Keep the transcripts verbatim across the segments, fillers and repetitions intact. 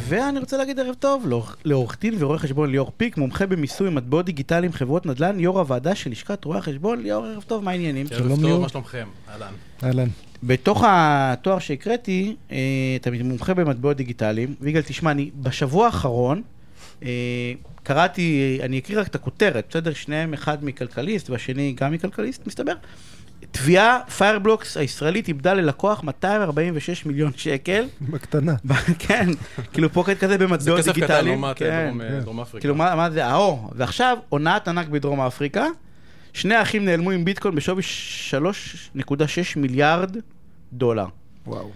ואני רוצה להגיד ערב טוב, לעורך דין ורואה חשבון ליאור פיק, מומחה במיסוי מטבעות דיגיטליים, חברות נדל"ן, יו"ר הוועדה של לשכת רואי החשבון. ליאור, ערב טוב, מה העניינים? ערב טוב, מה שלומכם? אהלן. אהלן. בתוך התואר שהקראתי, אתה מומחה במטבעות דיגיטליים, ויגאל, תשמע, אני בשבוע האחרון קראתי, אני אקריא רק את הכותרת, בסדר? שניהם, אחד מכלכליסט והשני גם מכלכליסט, מסתבר. תביעה, פיירבלוקס הישראלית איבדה ללקוח מאתיים ארבעים ושש מיליון שקל. בקטנה. כן, כאילו פוקט כזה במטבעות דיגיטליים. זה כסף קטן לעומת דרום אפריקה. כאילו מה זה, האו. ועכשיו, עונת ענק בדרום אפריקה, שני האחים נעלמו עם ביטקוין בשווי שלוש נקודה שש מיליארד דולר. וואו.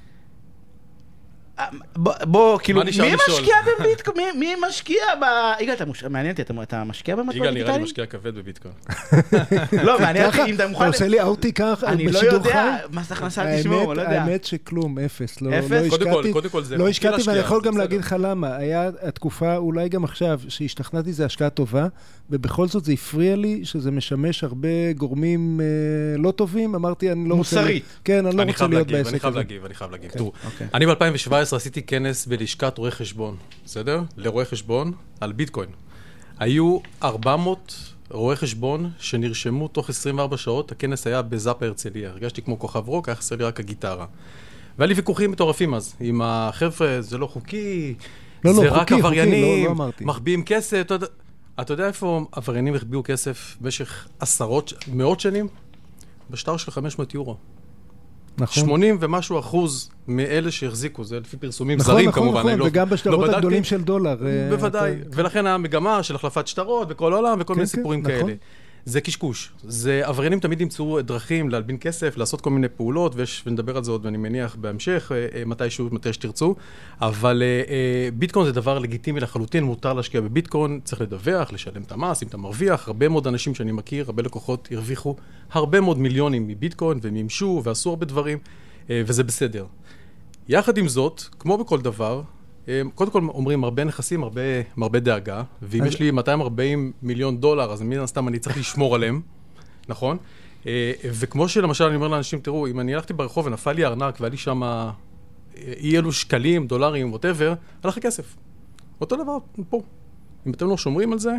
בוא, כאילו, מי משקיע בביטקוין? מי משקיע ב... יגאל, מעניין אותי, אתה משקיע במטבעות דיגיטליים? יגאל, נראה לי משקיע כבד בביטקוין. לא, מעניין אותי אם אתה מוכן... אתה עושה לי אאוטי כך אני לא יודע, מס הכנסה תשמעו, לא יודע. האמת שכלום, אפס. אפס? קודם כל זה... לא השקעתי, ואני יכול גם להגיד לך למה. היה התקופה, אולי גם עכשיו, שהשתכנעתי זה השקעה טובה, ובכל זאת זה הפריע לי שזה משמש הרבה גורמים לא טובים. אמרתי, אני לא רוצה... מוסרית. כן, אני לא רוצה להיות בעסק הזה. אני חייב להגיב, אני חייב להגיב. תראו, אני ב-אלפיים שבע עשרה עשיתי כנס בלשכת רואי חשבון, בסדר? לרואי חשבון על ביטקוין. היו ארבע מאות רואי חשבון שנרשמו תוך עשרים וארבע שעות, הכנס היה בזאפה הרצליה. הרגשתי כמו כוכב רוק, היה חסר לי רק הגיטרה. והיה לי ויכוחים מטורפים אז, עם החבר'ה, זה לא חוקי, לא, זה לא, רק חוקי, עבריינים, חוקי, לא, לא אמרתי. מחביאים כסף. אתה יודע, אתה יודע איפה עבריינים החביאו כסף במשך עשרות, מאות שנים? בשטר של חמש מאות יורו. נכון. שמונים ומשהו אחוז מאלה שהחזיקו, זה לפי פרסומים נכון, זרים נכון, כמובן. נכון, לא, וגם בשטרות לא הגדולים של דולר. בוודאי, אתה... ולכן המגמה של החלפת שטרות בכל העולם וכל כן, מיני סיפורים כן, כאלה. נכון. זה קשקוש. זה, עבריינים תמיד ימצאו דרכים להלבין כסף, לעשות כל מיני פעולות, ויש, ונדבר על זה עוד, ואני מניח בהמשך, מתישהו, מתי שתרצו. אבל ביטקוין זה דבר לגיטימי לחלוטין, מותר להשקיע בביטקוין, צריך לדווח, לשלם את המס, אם אתה מרוויח. הרבה מאוד אנשים שאני מכיר, הרבה לקוחות הרוויחו הרבה מאוד מיליונים מביטקוין, ומימשו, ועשו הרבה דברים, וזה בסדר. יחד עם זאת, כמו בכל דבר, קודם כל אומרים, הרבה נכסים, הרבה, הרבה דאגה, ואם יש לי מאתיים וארבעים מיליון דולר, אז מן הסתם אני צריך לשמור עליהם, נכון? וכמו שלמשל אני אומר לאנשים, תראו, אם אני הלכתי ברחוב ונפל לי ארנק, והיה לי שם אי אלו שקלים, דולרים, whatever, הלך הכסף. אותו דבר פה. אם אתם לא שומרים על זה,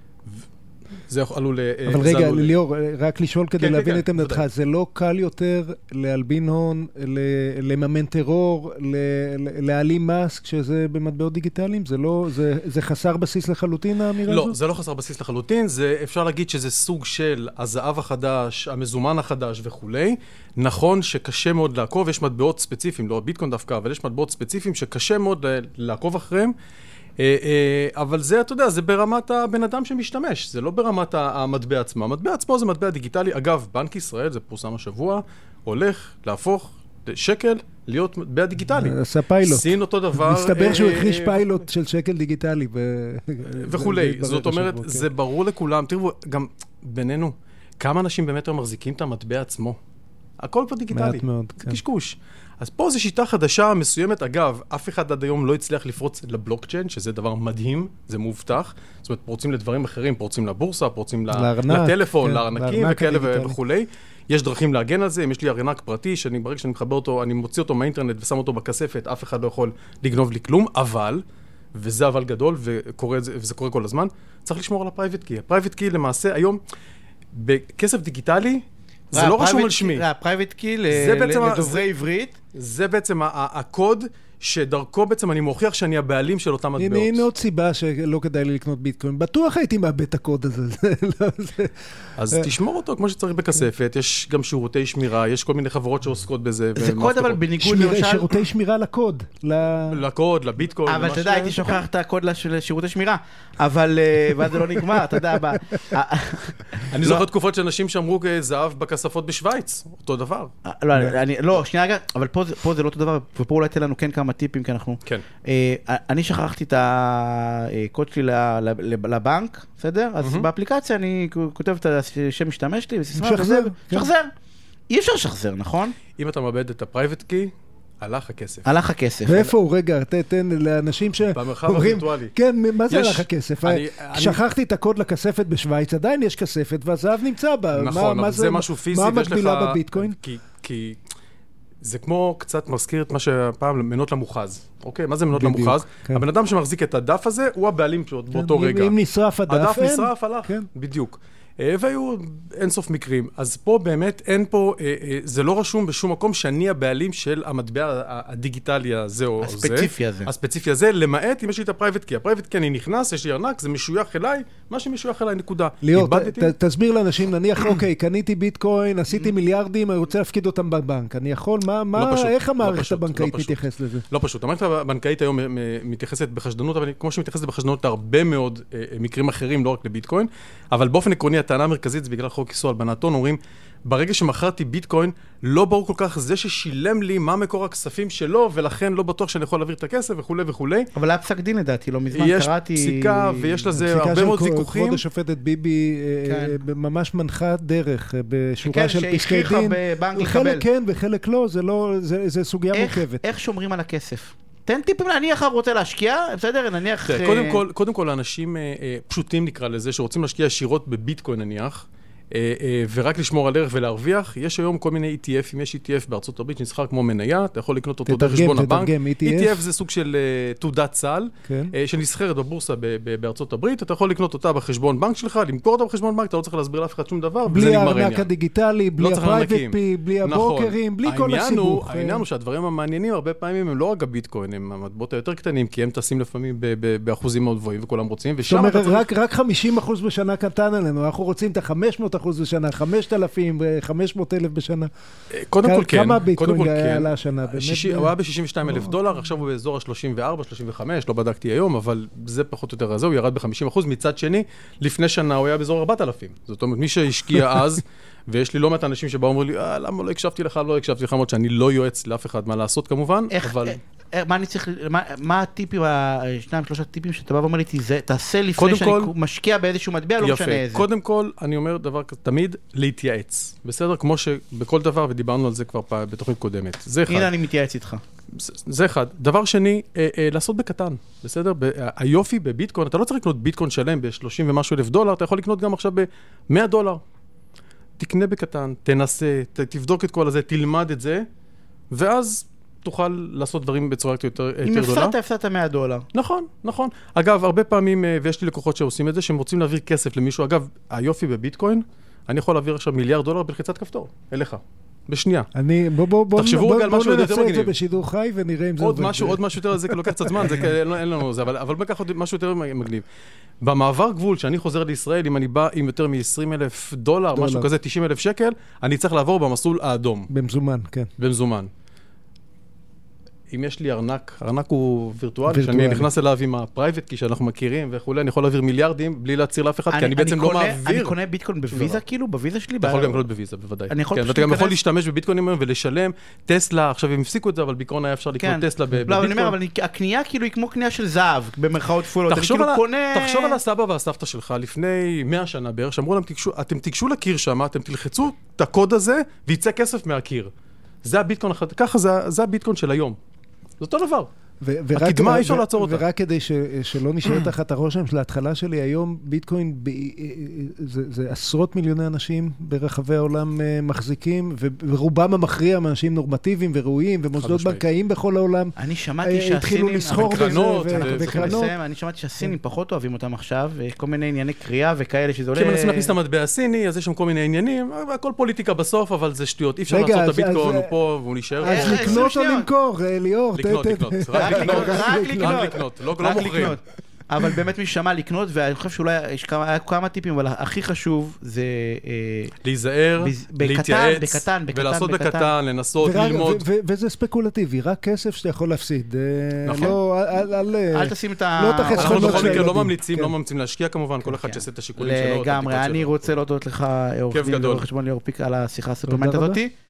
זה עלול... אבל רגע, ליאור, רק לשאול כדי להבין את עמדתך, זה לא קל יותר להלבין הון, לממן טרור, להעלים מס, כשזה במטבעות דיגיטליים? זה חסר בסיס לחלוטין, האמירה הזאת? לא, זה לא חסר בסיס לחלוטין, אפשר להגיד שזה סוג של הזהב החדש, המזומן החדש וכו'. נכון שקשה מאוד לעקוב, יש מטבעות ספציפיים, לא הביטקוין דווקא, אבל יש מטבעות ספציפיים שקשה מאוד לעקוב אחריהם, אבל זה, אתה יודע, זה ברמת הבן אדם שמשתמש, זה לא ברמת המטבע עצמו. המטבע עצמו זה מטבע דיגיטלי. אגב, בנק ישראל, זה פורסם השבוע, הולך להפוך שקל להיות מטבע דיגיטלי. עשה פיילוט. סין אותו דבר. מסתבר שהוא הכניס פיילוט של שקל דיגיטלי. וכולי. זאת אומרת, זה ברור לכולם. תראו, גם בינינו, כמה אנשים באמת מחזיקים את המטבע עצמו? הכל פה דיגיטלי. מעט מאוד. זה קשקוש. אז פה זו שיטה חדשה מסוימת. אגב, אף אחד עד היום לא הצליח לפרוץ לבלוקצ'יין, שזה דבר מדהים, זה מובטח. זאת אומרת, פורצים לדברים אחרים, פורצים לבורסה, פורצים לטלפון, לארנקים וכאלה וכו'. יש דרכים להגן על זה. אם יש לי ארנק פרטי, שאני ברגע שאני מחבר אותו, אני מוציא אותו מהאינטרנט ושם אותו בכספת, אף אחד לא יכול לגנוב לי כלום, אבל, וזה אבל גדול, וזה קורה כל הזמן, צריך לשמור על הפרייבט קי. הפרייבט קי למעשה, היום, בכסף דיגיטלי, זה לא רשום על שמי. הפרייבט קי לדוברי עברית. זה בעצם הקוד שדרכו בעצם אני מוכיח שאני הבעלים של אותם מטבעות. הנה עוד סיבה שלא כדאי לי לקנות ביטקוין. בטוח הייתי מאבד את הקוד הזה. אז תשמור אותו כמו שצריך בכספת. יש גם שירותי שמירה, יש כל מיני חברות שעוסקות בזה. זה קוד אבל בניגוד למשל... שירותי שמירה לקוד. לקוד, לביטקוין. אבל אתה יודע, הייתי שוכח את הקוד לשירותי שמירה. אבל, ואז זה לא נגמר, אתה יודע. אני זוכר תקופות שאנשים שאמרו זהב בכספות בשוויץ. אותו דבר. לא, שנייה רגע, אבל פה זה לא אותו דבר, ופה אולי תן לנו כן כמה טיפים, כי אנחנו... כן. אני שכחתי את הקוד שלי לבנק, בסדר? אז באפליקציה אני כותב את השם משתמש שלי, וסיסמה, שחזר. שחזר. אי אפשר לשחזר, נכון? אם אתה מאבד את הפרייבט קי, הלך הכסף. הלך הכסף. ואיפה הוא? רגע, תתן לאנשים ש... במרחב הווירטואלי. כן, מה זה הלך הכסף? שכחתי את הקוד לכספת בשוויץ, עדיין יש כספת, והזהב נמצא בה. נכון, אבל זה משהו פיזי. מה המקבילה בביטקוין? כי זה כמו קצת מזכיר את מה שפעם מנות למוחז. אוקיי, מה זה מנות למוחז? הבן אדם שמחזיק את הדף הזה, הוא הבעלים באותו רגע. אם נשרף הדף, הדף נשרף, הלך, בדיוק. והיו אינסוף מקרים. אז פה באמת אין פה, זה לא רשום בשום מקום שאני הבעלים של המטבע הדיגיטלי הזה או זה. הספציפי הזה. הספציפי הזה, למעט אם יש לי את הפרייבט קי. הפרייבט קי אני נכנס, יש לי ארנק, זה משוייך אליי, מה שמשוייך אליי, נקודה. ליאור, תסביר לאנשים, נניח, אוקיי, קניתי ביטקוין, עשיתי מיליארדים, אני רוצה להפקיד אותם בבנק. אני יכול, מה, איך המערכת הבנקאית מתייחסת לזה? לא פשוט. המערכת הבנקאית היום מתייחסת בחשדנות, אבל כמו שמתייחסת בחשדנות הרבה מאוד מקרים אחרים, לא רק לביטקוין, אבל באופן עקרוני הטענה המרכזית זה בגלל חוק איסור הלבנת הון, אומרים, ברגע שמכרתי ביטקוין, לא ברור כל כך זה ששילם לי מה מקור הכספים שלו, ולכן לא בטוח שאני יכול להעביר את הכסף וכו' וכו'. אבל היה פסק דין לדעתי, לא מזמן קראתי... יש פסיקה ויש לזה הרבה מאוד ויכוחים. כבוד השופטת ביבי ממש מנחה דרך בשורה של פסקי דין. חלק כן וחלק לא, זה סוגיה מורכבת. איך שומרים על הכסף? תן טיפים, נניח רוצה להשקיע, בסדר? נניח... קודם כל, קודם כל, האנשים פשוטים נקרא לזה, שרוצים להשקיע ישירות בביטקוין נניח, ורק לשמור על ערך ולהרוויח. יש היום כל מיני E T F, אם יש E T F בארצות הברית שנסחר כמו מניה, אתה יכול לקנות אותו דרך חשבון הבנק. E T F זה סוג של תעודת סל, שנסחרת בבורסה בארצות הברית, אתה יכול לקנות אותה בחשבון בנק שלך, למכור אותה בחשבון בנק, אתה לא צריך להסביר לאף אחד שום דבר, וזה נגמר העניין. בלי הארנק הדיגיטלי, בלי הפרייבט פי, בלי הברוקרים, בלי כל הסיבוך. העניין הוא שהדברים המעניינים הרבה פעמים הם לא רק הביטקוין, הם המטבעות היותר קטנים, כי הם טסים לפעמים באחוזים מאוד גבוהים וכולם רוצים, ושם אתה צריך... רק חמישים אחוז בשנה קטן עלינו, אנחנו רוצים את ה-חמש מאות אחוז בשנה, חמשת אלפים, חמש מאות אלף בשנה. קודם כל כן. כמה ביטקוין עלה השנה? הוא היה ב-שישים ושניים אלף דולר, עכשיו הוא באזור ה-שלושים וארבע שלושים וחמש, לא בדקתי היום, אבל זה פחות או יותר הזה, הוא ירד ב-חמישים אחוז. מצד שני, לפני שנה הוא היה באזור ארבעת אלפים. זאת אומרת, מי שהשקיע אז, ויש לי לא מעט אנשים שבאו אומרים לי, אה, למה לא הקשבתי לך, לא הקשבתי לך, מאוד שאני לא יועץ לאף אחד מה לעשות כמובן, אבל... מה אני צריך, מה הטיפים, שניים, שלושה טיפים שאתה בא ואומר לי, תעשה לפני שאני משקיע באיזשהו מטבע, לא משנה איזה. קודם כל, אני אומר דבר כזה, תמיד להתייעץ. בסדר? כמו שבכל דבר, ודיברנו על זה כבר בתוכנית קודמת. זה אחד. הנה אני מתייעץ איתך. זה אחד. דבר שני, לעשות בקטן. בסדר? היופי בביטקוין, אתה לא צריך לקנות ביטקוין שלם ב-שלושים ומשהו אלף דולר, אתה יכול לקנות גם עכשיו ב-מאה דולר. תקנה בקטן, תנסה, תבדוק את כל הזה, תלמד את זה, ואז תוכל לעשות דברים בצורה יותר גדולה. אם הפסדת, הפסדת מאה דולר. נכון, נכון. אגב, הרבה פעמים, ויש לי לקוחות שעושים את זה, שהם רוצים להעביר כסף למישהו. אגב, היופי בביטקוין, אני יכול להעביר עכשיו מיליארד דולר בלחיצת כפתור, אליך. בשנייה. אני, בוא, בוא, בוא, תחשבו רגע על משהו יותר מגניב. בוא ננסה את זה בשידור חי ונראה אם זה עוד משהו, עוד משהו יותר, זה לוקח קצת זמן, זה אין לנו זה, אבל, אבל בקח עוד משהו יותר מגניב. במעבר גבול, שאני חוזר לישראל, אם אני בא עם יותר מ-עשרים אלף דולר, משהו כזה, תשעים אלף שקל, אני צריך לעבור במסלול האדום. במזומן, כן. במזומן. אם יש לי ארנק, ארנק הוא וירטואלי, שאני נכנס אליו עם הפרייבט קי שאנחנו מכירים וכו', אני יכול להעביר מיליארדים בלי להציר לאף אחד, כי אני בעצם לא מעביר. אני קונה ביטקוין בוויזה כאילו, בוויזה שלי? אתה יכול גם לקנות בוויזה, בוודאי. ואתה גם יכול להשתמש בביטקוינים היום ולשלם טסלה, עכשיו הם הפסיקו את זה, אבל בעיקרון היה אפשר לקנות טסלה בביטקוין. לא, אני אומר, אבל הקנייה כאילו היא כמו קנייה של זהב, במרכאות כפולות. תחשוב על הסבא והסבתא שלך לפני מאה שנה בערך, שאמרו להם, אתם תיגשו לקיר שם, אתם תלחצו את הקוד הזה ויצא כסף מהקיר. זה הביטקוין, ככה זה הביטקוין של היום. זה אותו דבר. הקדמה אי אפשר לעצור אותה. ורק כדי שלא נשאר תחת הרושם של ההתחלה שלי, היום ביטקוין, זה עשרות מיליוני אנשים ברחבי העולם מחזיקים, ורובם המכריע מאנשים נורמטיביים וראויים, ומוסדות בנקאיים בכל העולם. אני שמעתי שהסינים, אני שמעתי שהסינים פחות אוהבים אותם עכשיו, ויש כל מיני ענייני קריאה וכאלה שזה עולה... כי מנסים להכניס את המטבע הסיני, אז יש שם כל מיני עניינים, הכל פוליטיקה בסוף, אבל זה שטויות. אי אפשר לעצור את הביטקוין, הוא פה והוא נשאר. אז לקנות או למכור, ליאור, לקנות, לקנות. רק לקנות, לא מוכרים. אבל באמת מי ששמע לקנות, ואני חושב שאולי יש כמה טיפים, אבל הכי חשוב זה... להיזהר, להתייעץ, ולעשות בקטן, לנסות, ללמוד. וזה ספקולטיבי, רק כסף שאתה יכול להפסיד. נכון. אל תשים את ה... אנחנו בכל מקרה לא ממליצים, לא ממליצים להשקיע כמובן, כל אחד שעשה את השיקולים שלו. לגמרי, אני רוצה להודות לך, עורך דין וחשבון ליאור פיק, על השיחה הסופרמנט הזאת.